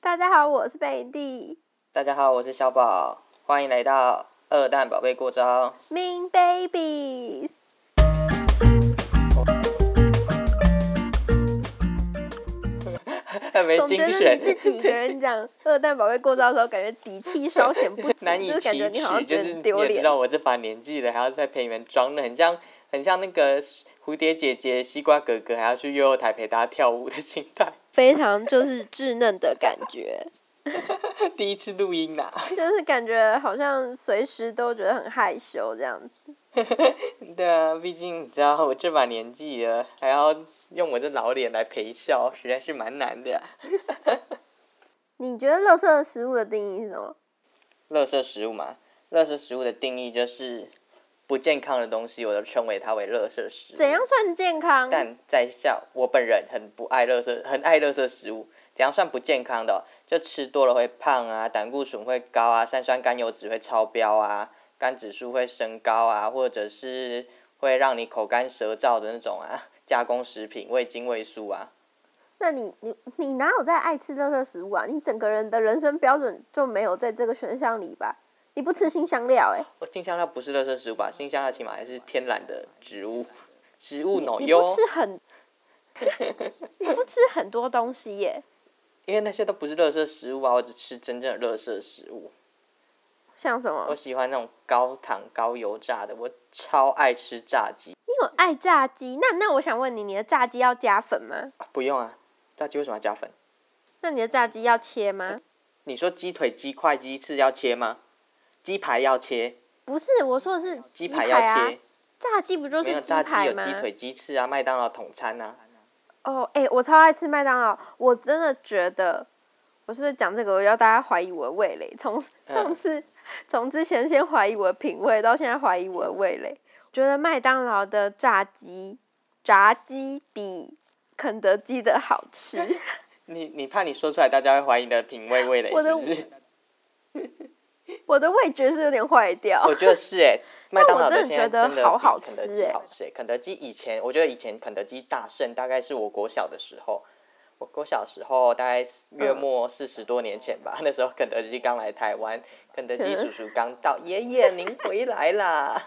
大家好，我是贝蒂。 大家好，我是小宝，欢迎来到二蛋宝贝过招 Mean Babies。 很没精总觉神。 得你自己一个人讲二蛋宝贝过招的时候，感觉底气稍显不足， 难以就是感觉启你好像齿，就是觉得很丢你也知脸。 道我这把年纪了，还要再陪你们装的很像那个蝴蝶姐姐、西瓜哥哥，还要去幼幼台陪大家跳舞的心态。 非常就是稚嫩的感觉， 第一次录音啦。 就是感觉好像随时都觉得很害羞这样子。 对啊，毕竟你知道我这把年纪了，还要用我这老脸来陪笑，实在是蛮难的。 你觉得垃圾食物的定义是什么？ 垃圾食物嘛，垃圾食物的定义就是不健康的东西，我都称为它为垃圾食物。 怎样算健康？ 但在校，我本人很爱垃圾食物。怎样算不健康的就吃多了会胖啊，胆固醇会高啊，三酸甘油酯会超标啊，肝指数会升高啊，或者是会让你口干舌燥的那种啊，加工食品、味精、味素啊。 那你哪有在爱吃垃圾食物啊？你整个人的人生标准就没有在这个选项里吧？你不吃辛香料我辛香料不是垃圾食物吧？辛香料起码还是天然的植物脑你油。 不吃很，你不吃很多东西耶。 因为那些都不是垃圾食物啊，我只吃真正的垃圾食物。 像什么？ 我喜欢那种高糖高油炸的，我超爱吃炸鸡。 你有爱炸鸡？那我想问你，你的炸鸡要加粉吗？ 不用啊，炸鸡为什么要加粉？ 那你的炸鸡要切吗？ 你说鸡腿、鸡块、鸡翅要切吗？鸡排要切？ 不是，我说的是鸡排要啊。 切。 炸鸡不就是鸡炸鸡有排吗？ 鸡腿、鸡翅啊，麦当劳统餐啊。 哦，我超爱吃麦当劳，我真的觉得，我是不是讲这个，我要大家怀疑我的味蕾？从之前先怀疑我的品味，到现在怀疑我的味蕾。觉得麦当劳的炸鸡比肯德基的好吃。 你怕你说出来，大家会怀疑你的品味味蕾是不是？ 我的味觉是有点坏掉。 我觉得是麦当劳的现在真的好比肯德基好吃肯德基我觉得以前肯德基大胜，大概是我国小的时候。我国小的时候大概约莫40多年前吧，那时候肯德基刚来台湾，肯德基叔叔刚到，爷爷您回来啦。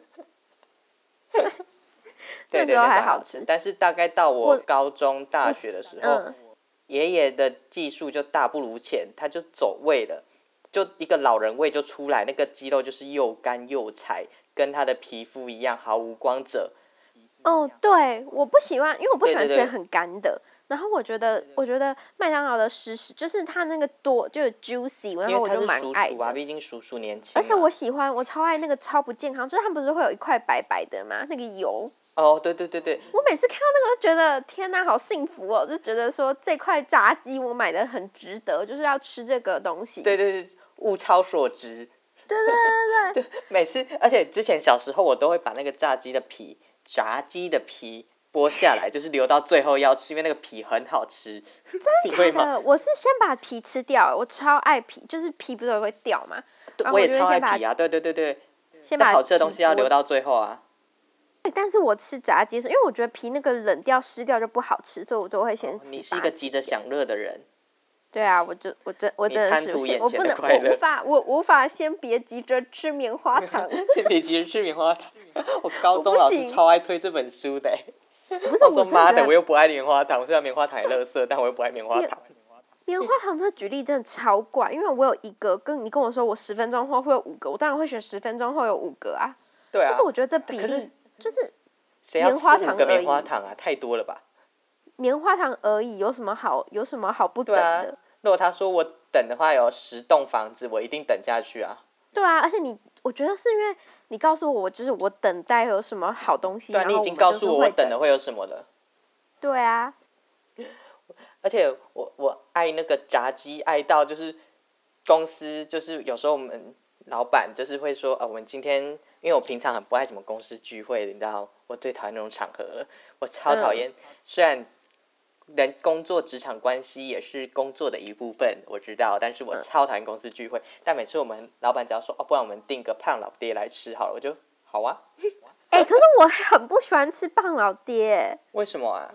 那时候还好吃， 但是大概到我高中、大学的时候，爷爷的技术就大不如前，他就走味了，就一个老人味就出来，那个鸡肉就是又干又柴，跟他的皮肤一样毫无光泽。 哦，对，我不喜欢，因为我不喜欢吃很干的。然后我觉得麦当劳的湿就是它那个多就是 juicy， 然后我就蛮爱的。 因为他是叔叔啊，毕竟叔叔年轻。 而且我超爱那个超不健康，就是他们不是会有一块白白的吗？那个油。 哦，对。 我每次看到那个，就觉得天哪，好幸福哦！就觉得说这块炸鸡我买的很值得，就是要吃这个东西。 对，物超所值。 对。 每次，而且之前小时候我都会把那个炸鸡的皮剥下来，就是留到最后要吃，因为那个皮很好吃。 真的假的？我是先把皮吃掉，我超爱皮，就是皮不是会掉吗？ 我也超爱皮啊，对。 先把好吃的东西要留到最后啊。 对，但是我吃炸鸡的时候，因为我觉得皮那个冷掉湿掉就不好吃，所以我都会先吃。 你是一个急着享乐的人。 对啊，我真的是，我无法先别急着吃棉花糖。 先别急着吃棉花糖。我高中老师超爱推这本书的。 不是， 我说妈的，我又不爱棉花糖，虽然棉花糖也垃圾，但我又不爱棉花糖。 棉花糖这个举例真的超怪，因为我有一个，你跟我说我10分钟后会有5个，我当然会选10分钟后有5个啊。 对啊。 但是我觉得这比例就是谁要吃5个棉花糖啊？太多了吧？ 棉花糖而已，有什么好不等的？ 对啊，如果他说我等的话有10栋房子，我一定等下去啊。 对啊，而且我觉得是因为你告诉我，就是我等待有什么好东西。 对啊，你已经告诉我等的会有什么了。 对啊。 而且我爱那个炸鸡，爱到就是公司就是有时候我们老板就是会说我们今天因为我平常很不爱什么公司聚会，你知道我最讨厌那种场合了，我超讨厌。虽然工作职场关系也是工作的一部分，我知道，但是我超讨厌公司聚会。但每次我们老板只要说不然我们订个胖老爹来吃好了，我就好啊。 可是我很不喜欢吃胖老爹。 为什么啊？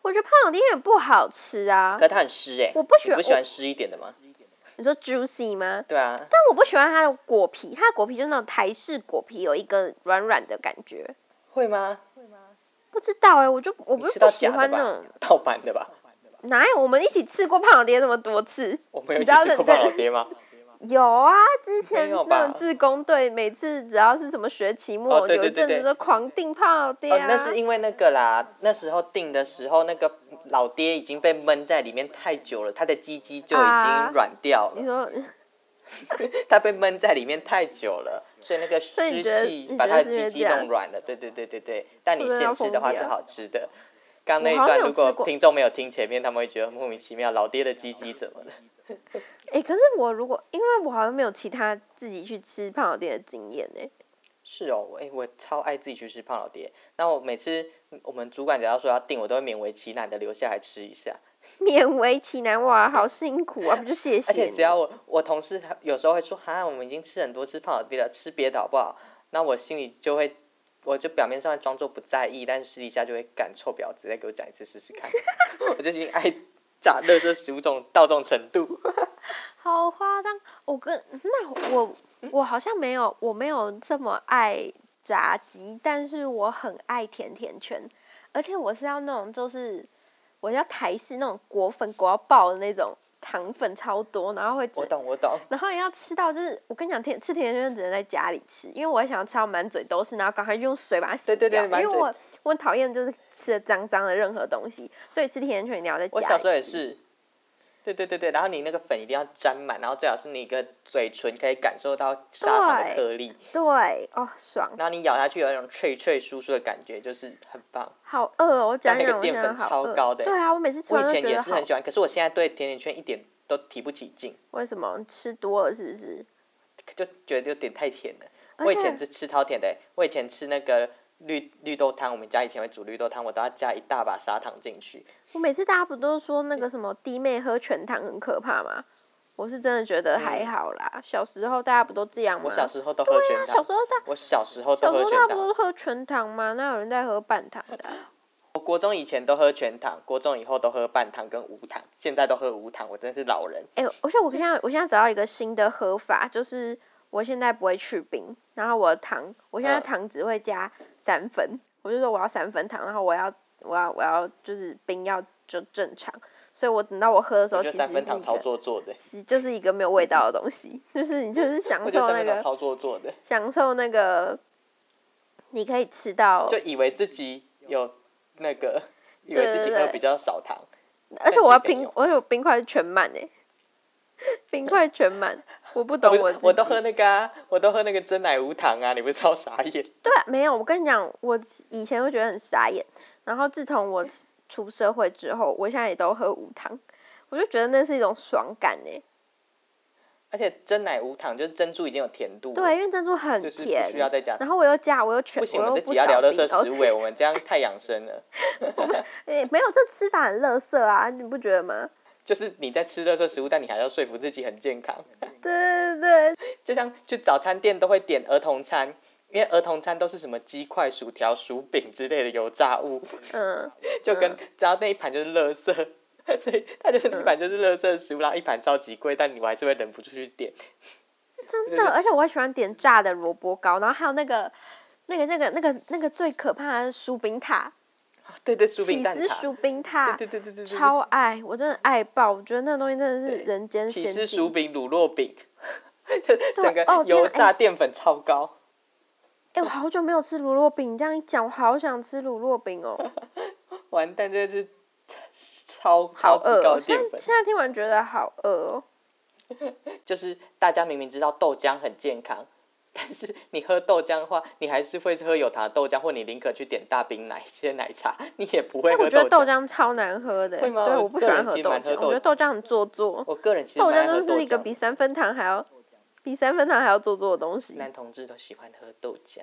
我觉得胖老爹也不好吃啊可，是它很湿哎、 我不喜欢你不喜欢湿一点的吗？ 你说 juicy 吗？ 对啊， 但我不喜欢它的果皮，它的果皮就是那种台式果皮，有一个软软的感觉。 会吗？ 不知道我你吃到不喜假的吧欢那种，？ 盗版的吧？ 哪有我们一起吃过胖老爹那么多次？ 我们有一你知道起吃过胖老爹吗？ 有啊，之前没有吧那种志工队每次只要是什么学期末， 哦对对有一阵对对子都狂订胖老爹啊。 那是因为那个啦，那时候订的时候，那个老爹已经被闷在里面太久了，他的鸡鸡就已经软掉了。 你说， 他被闷在里面太久了，所以那个所以你湿觉得气你觉得把他的鸡鸡是因为这样弄软了。对对对对对，但你我真的要现吃的话是疯掉好吃的。刚那一我好像段如果没有吃过听众没有听前面，他们会觉得莫名其妙，老爹的鸡鸡怎么了？ 可是我如果因为我好像没有其他自己去吃胖老爹的经验是哦，我超爱自己去吃胖老爹。那我每次我们主管只要说要订，我都会勉为其难的留下来吃一下。 勉为其难，哇，好辛苦啊！不就谢谢而且你？ 只要我同事有时候会说，哈，我们已经吃很多次胖老爹了，吃别的好不好？那我心里就会，我就表面上装作不在意，但是私底下就会干臭婊子，再给我讲一次试试看。我就已经爱炸垃圾食物到这种程度。 好夸张！我好像没有，我没有这么爱炸鸡，但是我很爱甜甜圈，而且我是要那种就是我要台式那种裹粉裹到爆的那种，糖分超多，然后会我懂。 然后也要吃到就是我跟你讲，吃甜甜圈只能在家里吃，因为我想要吃到满嘴都是，然后赶快用水把它洗掉。 对， 因为我很讨厌就是吃的脏脏的任何东西，所以吃甜甜圈一定要在家里吃。 我小时候也是。对，然后你那个粉一定要沾满，然后最好是你个嘴唇可以感受到砂糖的颗粒。 对，哦，爽。 然后你咬下去有那种脆脆酥酥的感觉，就是很棒。 好饿哦！我讲但那讲， 个淀粉超高的。 对啊，我每次吃完都我以前觉得好。 也是很喜欢，可是我现在对甜甜圈一点都提不起劲。 为什么？吃多了是不是？ 就觉得有点太甜了。 而且我以前是吃超甜的，我以前吃那个绿豆汤，我们家以前会煮绿豆汤，我都要加一大把砂糖进去。 我每次大家不都说那个什么弟妹喝全糖很可怕吗？我是真的觉得还好啦。小时候大家不都这样吗？ 我小时候都喝全糖。 小时候我小时候都小时候大喝全糖。 家不都喝全糖吗？哪有人在喝半糖的我国中以前都喝全糖，国中以后都喝半糖跟无糖，现在都喝无糖，我真是老人。 我现在找到一个新的喝法，就是我现在不会去冰，然后我现在糖只会加3分，我就说我要3分糖，然后我要就是冰要就正常，所以我等到我喝的时候，其实 3分糖超做作的， 就是一个没有味道的东西，就是你就是享受那个超做作的， 享受那个你可以吃到， 就以为自己有那个，以为自己喝比较少糖， 而且我冰块是全满冰块全满，我不懂我都喝那个真奶无糖啊，你不是超傻眼？ 对啊，没有，我跟你讲，我以前会觉得很傻眼，然后自从我出社会之后，我现在也都喝无糖，我就觉得那是一种爽感而且真奶无糖，就是珍珠已经有甜度了， 对，因为珍珠很就是甜， 不需要再加。 然后我又全， 不行，我又们这集要聊垃圾食物物我们这样太养生了。 没有，这吃法很垃圾啊，你不觉得吗？ 就是你在吃垃圾食物，但你还要说服自己很健康。 对， 就像去早餐店都会点儿童餐，因为儿童餐都是什么鸡块、薯条、薯饼之类的油炸物，就跟然后那一盘就是垃圾，所以它就是一盘就是垃圾食物，然后一盘超级贵，但你还是会忍不住去点。 真的，而且我还喜欢点炸的萝卜糕，然后还有那个最可怕的薯饼塔。 对，薯饼蛋挞。 起司薯饼塔， 对， 超爱，我真的爱爆，我觉得那个东西真的是人间仙境。 起司薯饼、乳酪饼，就整个油炸淀粉超高。 我好久没有吃乳酪饼，你这样一讲，我好想吃乳酪饼哦。 完蛋，这是超级高的淀粉。 现在听完觉得好饿哦。 就是大家明明知道豆浆很健康，但是你喝豆浆的话，你还是会喝有糖的豆浆，或你宁可去点大冰奶、鲜奶茶，你也不会喝豆浆。 我觉得豆浆超难喝的。 会吗？ 对，我不喜欢喝豆浆，我觉得豆浆很做作。 我个人其实豆浆就是一个比3分糖还要做作的东西。 男同志都喜欢喝豆浆。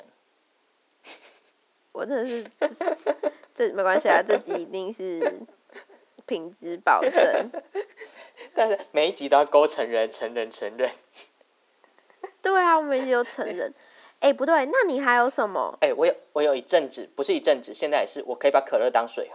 我真的是，这没关系啊，这集一定是品质保证。 但是每一集都要勾承认。 对啊，我每一集都承认。不对，那你还有什么？ 我有一阵子，不是一阵子，现在也是，我可以把可乐当水喝。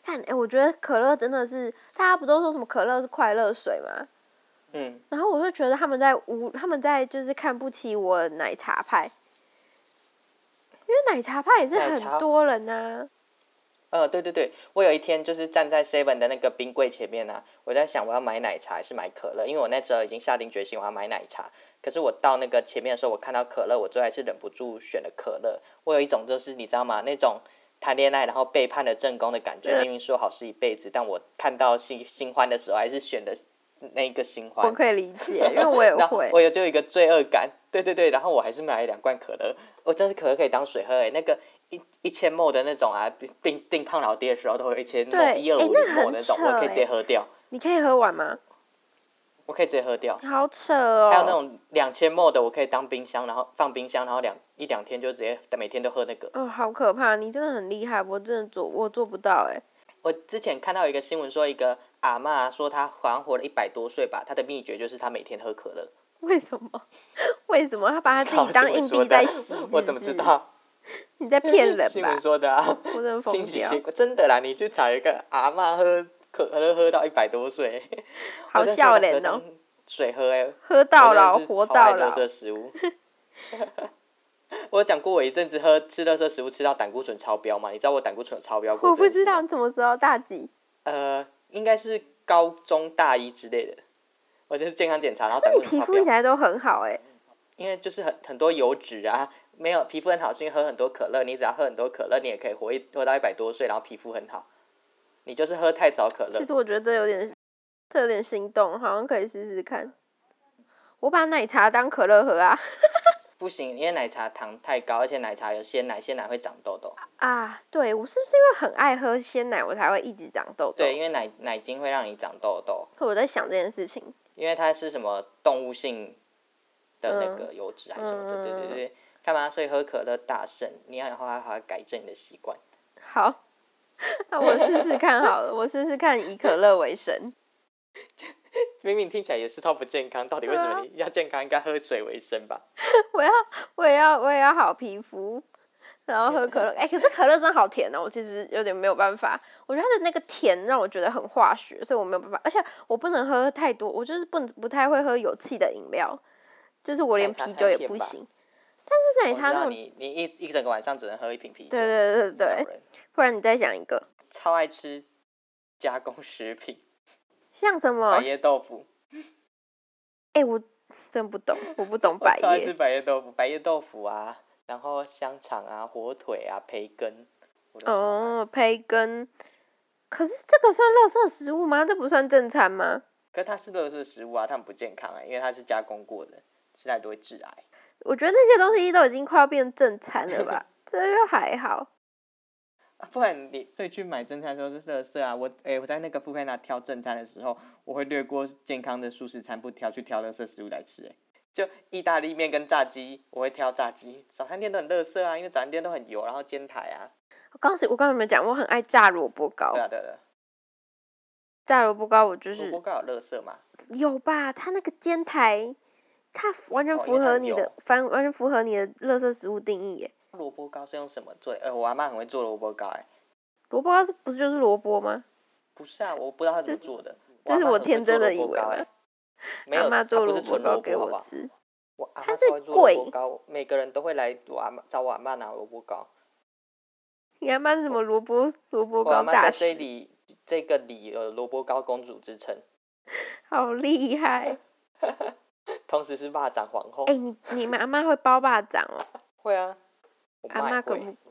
看，我觉得可乐真的是，大家不都说什么可乐是快乐水吗？然后我就觉得他们在就是看不起我的奶茶派，因为奶茶派也是很多人啊。 对对对，我有一天就是站在 Seven 的那个冰柜前面啊，我在想我要买奶茶还是买可乐，因为我那时候已经下定决心我要买奶茶。可是我到那个前面的时候，我看到可乐，我最后还是忍不住选了可乐。我有一种就是你知道吗？那种谈恋爱然后背叛了正宫的感觉，明明说好是一辈子，但我看到新欢的时候，还是选的那个新欢。 我可以理解，因为我也会。 我就有一个罪恶感，对对对，然后我还是买了2罐可乐。我真是可乐可以当水喝那个1000ml 的那种啊，订胖老爹的时候都会1000ml、1250ml 那种，我可以直接喝掉。 你可以喝完吗？ 我可以直接喝掉。 好扯哦！ 还有那种2000ml 的，我可以当冰箱，然后放冰箱，然后一两天就直接每天都喝那个。 好可怕！你真的很厉害，我真的我做不到我之前看到一个新闻说，一个阿嬷说她好像活了100多岁吧，她的秘诀就是她每天喝可乐。 为什么？为什么？她把她自己当硬币在洗？ 我怎么知道？ 你在骗人吧？ 新闻说的啊， 我真的疯掉。 真的啦，你去查一个阿嬷喝可乐喝到100多岁， 好笑人哦。 水喝喝到老活到老。 垃圾食物。我有讲过我一阵子吃垃圾食物吃到胆固醇超标吗？你知道我胆固醇有超标过？ 我不知道，什么时候？大几？ 应该是高中大一之类的。我就是健康检查，然后胆固醇超标。 你皮肤起来都很好因为就是很多油脂啊，没有皮肤很好是因为喝很多可乐。你只要喝很多可乐，你也可以活到100多岁，然后皮肤很好。你就是喝太少可乐。 其实我觉得这有点心动，好像可以试试看。我把奶茶当可乐喝啊。 不行，因为奶茶糖太高，而且奶茶有鲜奶，鲜奶会长痘痘啊。对，我是不是因为很爱喝鲜奶，我才会一直长痘痘？ 对，因为奶精会让你长痘痘。 我在想这件事情， 因为它是什么动物性的那个油脂还是什么的，对对对，干嘛？所以喝可乐大胜，你要好好改正你的习惯。 好，那我试试看好了，我试试看以可乐为生。 明明听起来也是超不健康，到底为什么你要健康应该喝水为生吧？ 我也要好皮肤，然后喝可乐。可是可乐真的好甜哦，我其实有点没有办法。我觉得它的那个甜让我觉得很化学，所以我没有办法。而且我不能喝太多，我就是不太会喝有气的饮料，就是我连啤酒也不行。但是奶茶那种， 你一整个晚上只能喝1瓶啤酒。 对对对对，不然你再想一个。 超爱吃加工食品。 像什么？ 百叶豆腐。 我真不懂，我不懂百叶。 我超爱吃百叶豆腐啊，然后香肠啊、火腿啊、培根。 培根。可是这个算垃圾食物吗？这不算正餐吗？ 可是它是垃圾食物啊，它很不健康因为它是加工过的，吃来都会致癌。 我觉得那些东西都已经快要变正餐了吧？这又还好。 不然你所以去买正餐的时候是垃圾啊！我在那个Foodpanda挑正餐的时候，我会略过健康的素食餐不挑，去挑垃圾食物来吃就意大利面跟炸鸡，我会挑炸鸡。早餐店都很垃圾啊，因为早餐店都很油，然后煎台啊。 我刚刚有没有讲我很爱炸萝卜糕？ 对啊对的。 炸萝卜糕我就是。 萝卜糕有垃圾吗？ 有吧，它那个煎台，它完全符合你的，完全符合你的垃圾食物定义耶。 萝卜糕是用什么做的？我阿嬷很会做萝卜糕萝卜糕不是就是萝卜吗？ 不是啊，我不知道她怎么做的。 这是我天真的以为没有， 阿嬷做萝卜糕给我吃。 我阿嬷超会做萝卜糕，每个人都会来找我阿嬷拿萝卜糕。 你阿嬷是什么萝卜糕大师？我阿嬷在这个里有萝卜糕公主之称。 好厉害！ 同时是肉粽皇后。 你们阿嬷会包肉粽哦？ 会啊。 阿嬷可不，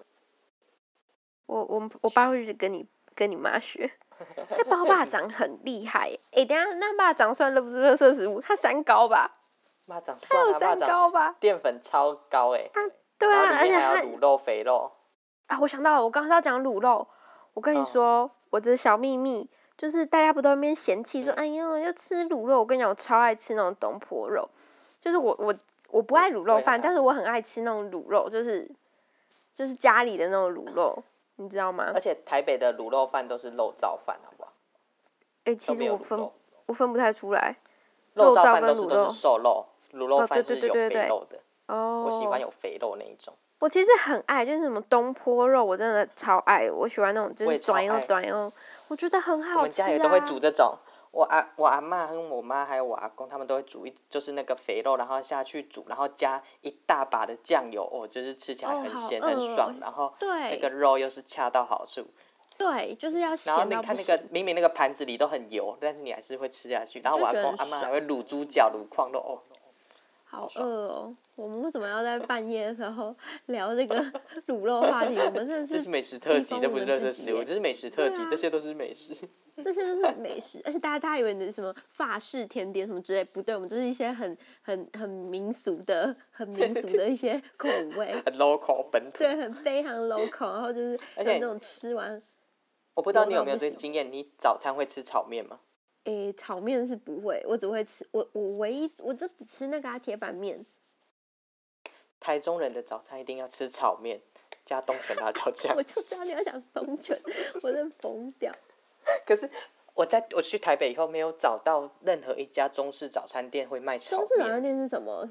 我爸会去跟你妈学，他包肉粽很厉害等一下那肉粽算不是垃圾食物？它3高吧？ 肉粽算啊， 它有3高吧？ 淀粉超高对啊， 而且还有卤肉、肥肉啊！我想到了，我刚刚是要讲卤肉。我跟你说，我的小秘密就是大家不都在那边嫌弃说，哎呦，要吃卤肉。我跟你讲，我超爱吃那种东坡肉，就是我不爱卤肉饭，但是我很爱吃那种卤肉，就是家里的那种卤肉，你知道吗？ 而且台北的卤肉饭都是肉燥饭，好不好？ 其实我分不太出来， 肉燥饭都是瘦肉，卤肉饭是有肥肉的。 哦， 我喜欢有肥肉那一种。 我其实很爱，就是什么东坡肉，我真的超爱的。我喜欢那种就是短又短又，我觉得很好吃啊。 我们家也都会煮这种。我阿嬷跟我妈还有我阿公，他们都会煮就是那个肥肉，然后下去煮，然后加一大把的酱油，就是吃起来很咸很爽，然后那个肉又是恰到好处。 对，就是要咸到不行。 然后你看那个明明那个盘子里都很油，但是你还是会吃下去。然后我阿公阿嬷还会卤猪脚、卤矿肉好饿哦！我们为什么要在半夜的时候聊这个卤肉话题？我们真的是这是美食特辑，这不是热色食物，这是美食特辑，这些都是美食。 这些都是美食，而且大家以为你是什么法式甜点什么之类，不对，我们就是一些很民俗的、一些口味， 很 local 本土， 对，非常 local， 然后就是而且那种吃完， 我不知道你有没有这个经验，你早餐会吃炒面吗？ 炒面是不会，我只会吃我唯一我就只吃那个铁板面。 台中人的早餐一定要吃炒面加东泉辣椒酱。 我就知道你要讲东泉，我真的疯掉。 可是我去台北以后没有找到任何一家中式早餐店会卖炒面。 中式早餐店是什么？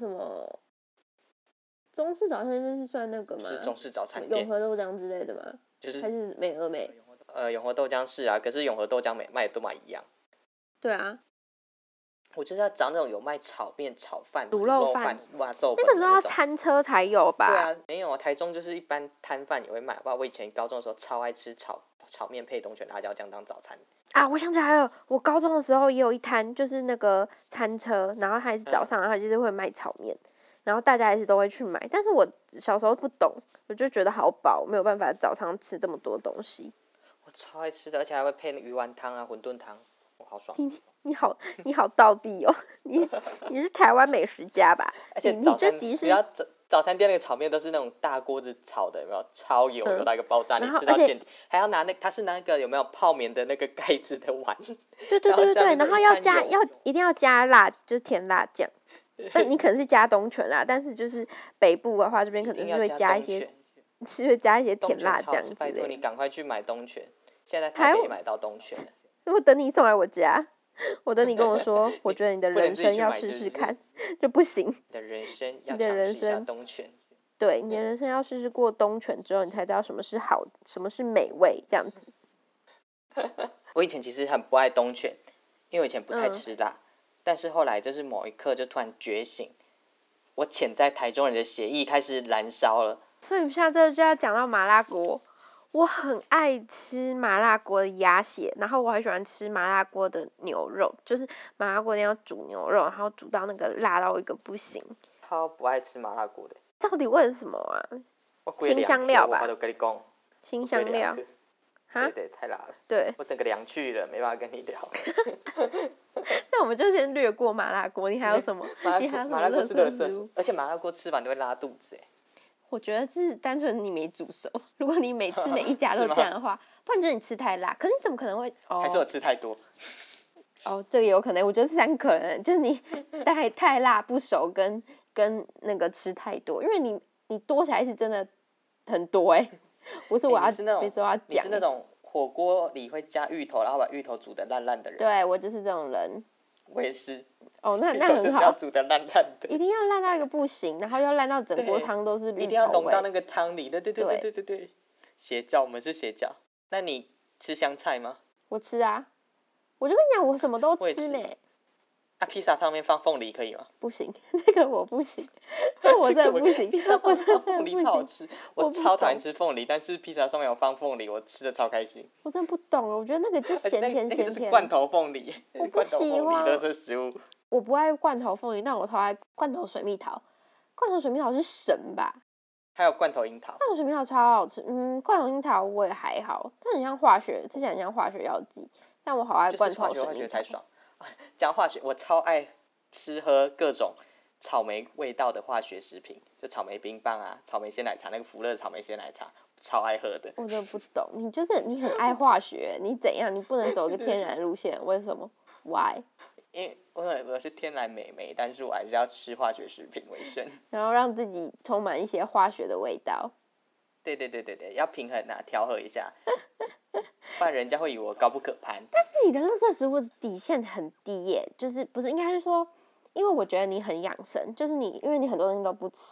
中式早餐店是算那个吗？ 是中式早餐店， 永和豆浆之类的吗？ 就是还是美而美？ 永和豆浆是啊，可是永和豆浆卖的都卖一样。 对啊。 我就是要找那种有卖炒面、炒饭、 卤肉饭、 哇寿那个都要餐车才有吧？ 对啊，没有啊，台中就是一般摊贩也会卖。我以前高中的时候超爱吃炒面配东泉辣椒酱当早餐。 啊，我想起来了，我高中的时候也有一摊，就是那个餐车，然后它也是早上，然后就是会卖炒面，然后大家也是都会去买。但是我小时候不懂，我就觉得好饱，没有办法早上吃这么多东西。 我超爱吃的，而且还会配鱼丸汤啊、馄饨汤，好爽。 你好道地哦，你是台湾美食家吧？ 而且你这集是早餐店那个炒面都是那种大锅子炒的，有没有？超油到一个爆炸，你吃到见底。还要拿他是那个有没有泡棉的那个盖子的碗？ 对，然后一定要加辣，就是甜辣酱。但你可能是加东泉啦，但是就是北部的话，这边可能是会加一些，甜辣酱之类的。 拜托你赶快去买东泉，现在台北买到东泉。 我等你送来我家，我等你跟我说，我觉得你的人生要试试看，就不行。 你的人生要尝试一下东泉。 对，你的人生要试试过东泉之后，你才知道什么是好，什么是美味，这样子。 我以前其实很不爱东泉，因为我以前不太吃辣，但是后来就是某一刻就突然觉醒，我潜在台中人的血液开始燃烧了。 所以现在就要讲到麻辣锅。我很爱吃麻辣锅的鸭血，然后我很喜欢吃麻辣锅的牛肉，就是麻辣锅一定要煮牛肉，然后煮到那个辣到一个不行。 超不爱吃麻辣锅的。 到底为什么啊？辛香料吧。 我都跟你讲。 辛香料。 对，太辣了。 对。 我整个凉去了，没办法跟你聊。 那我们就先略过麻辣锅，你还有什么？ 麻辣锅是垃圾，而且麻辣锅吃完都会拉肚子我觉得是单纯你没煮熟。如果你每次每一家都这样的话，不然就是你吃太辣。可是你怎么可能会？ 还是我吃太多？ 这个有可能。我觉得3可能，就是你太辣不熟跟那个吃太多，因为你多起来是真的很多不是我要，别说要讲。 你是那种火锅里会加芋头，然后把芋头煮得烂烂的人。 对，我就是这种人。 我也是。 那很好。 要煮得烂烂的。 一定要烂到一个不行，然后要烂到整锅汤都是芋头味。 一定要融到那个汤里。对。邪教，我们是邪教。那你吃香菜吗？ 我吃啊，我就跟你讲，我什么都吃咩。 披萨上面放凤梨可以吗？ 不行，这个我不行，这我真的不行。 披萨放凤梨超好吃， 我超讨厌吃凤梨，但是披萨上面有放凤梨，我吃的超开心。 我真的不懂，我觉得那个就咸甜。 那个就是罐头凤梨， 我不喜欢。 垃圾食物。 我不爱罐头凤梨，但我超爱罐头水蜜桃。罐头水蜜桃是神吧？ 还有罐头樱桃。 罐头水蜜桃超好吃，罐头樱桃我也还好，但很像化学，吃起来很像化学药剂。但我好爱罐头水蜜桃。 才爽。讲化学，我超爱吃喝各种草莓味道的化学食品，就草莓冰棒啊、草莓鲜奶茶，那个福乐草莓鲜奶茶，超爱喝的。 我真的不懂，你很爱化学，你怎样？你不能走一个天然路线？为什么 ？Why？ 因为我是天然美眉，但是我还是要吃化学食品为生， 然后让自己充满一些化学的味道。 对，要平衡啊，调和一下，不然人家会以为我高不可攀。 但是你的垃圾食物底线很低就是不是应该是说，因为我觉得你很养生，就是因为你很多东西都不吃，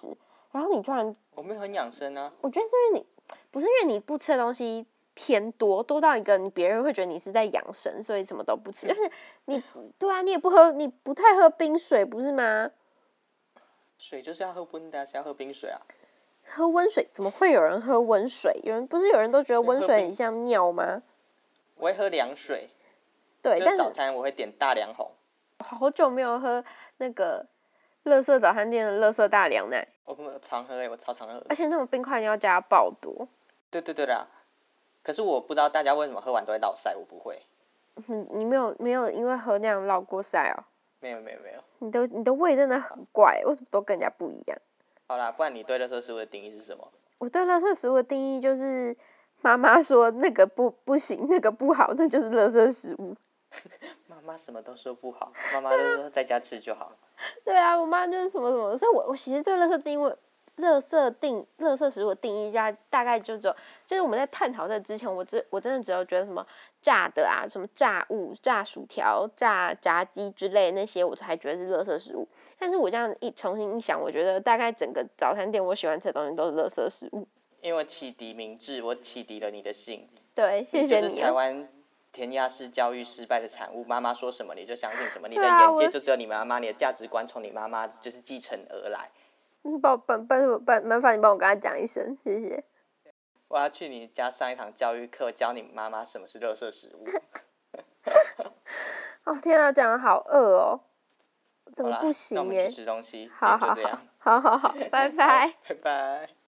然后你居然， 我没有很养生啊。 我觉得是因为不是因为你不吃的东西偏多，多到一个别人会觉得你是在养生，所以什么都不吃。而且对啊，你也不喝，你不太喝冰水，不是吗？ 水就是要喝温的，谁要喝冰水啊？ 喝温水怎么会有人喝温水？不是有人都觉得温水很像尿吗？ 我会喝凉水。 对，但是早餐我会点大凉红。 好久没有喝那个垃圾早餐店的垃圾大凉奶。 我常喝我超常喝。 而且那种冰块你要加爆多。 对啦。可是我不知道大家为什么喝完都会落腮，我不会。 你没有因为喝那样落过腮哦？ 没有。 你的胃真的很怪，为什么都跟人家不一样？ 好啦，不然你对垃圾食物的定义是什么？ 我对垃圾食物的定义就是妈妈说那个不行，那个不好，那就是垃圾食物。 妈妈什么都说不好，妈妈都说在家吃就好。 对啊，我妈就是什么什么，所以我其实对垃圾食物的定义大概就是我们在探讨这之前，我真的只有觉得什么炸的啊，什么炸物、炸薯条、炸鸡之类那些，我才觉得是垃圾食物。但是我这样重新一想，我觉得大概整个早餐店我喜欢吃的东西都是垃圾食物。 因为我启迪明智，我启迪了你的心。 对，谢谢你。就是台湾填鸭式教育失败的产物，妈妈说什么你就相信什么，你的眼界就只有你妈妈，你的价值观从你妈妈就是继承而来。 麻烦你帮我跟她讲一声，谢谢。 我要去你家上一堂教育课，教你妈妈什么是垃圾食物。 哦天啊，讲得好饿哦，怎么不行那我们去吃东西。 好，拜拜。 拜拜。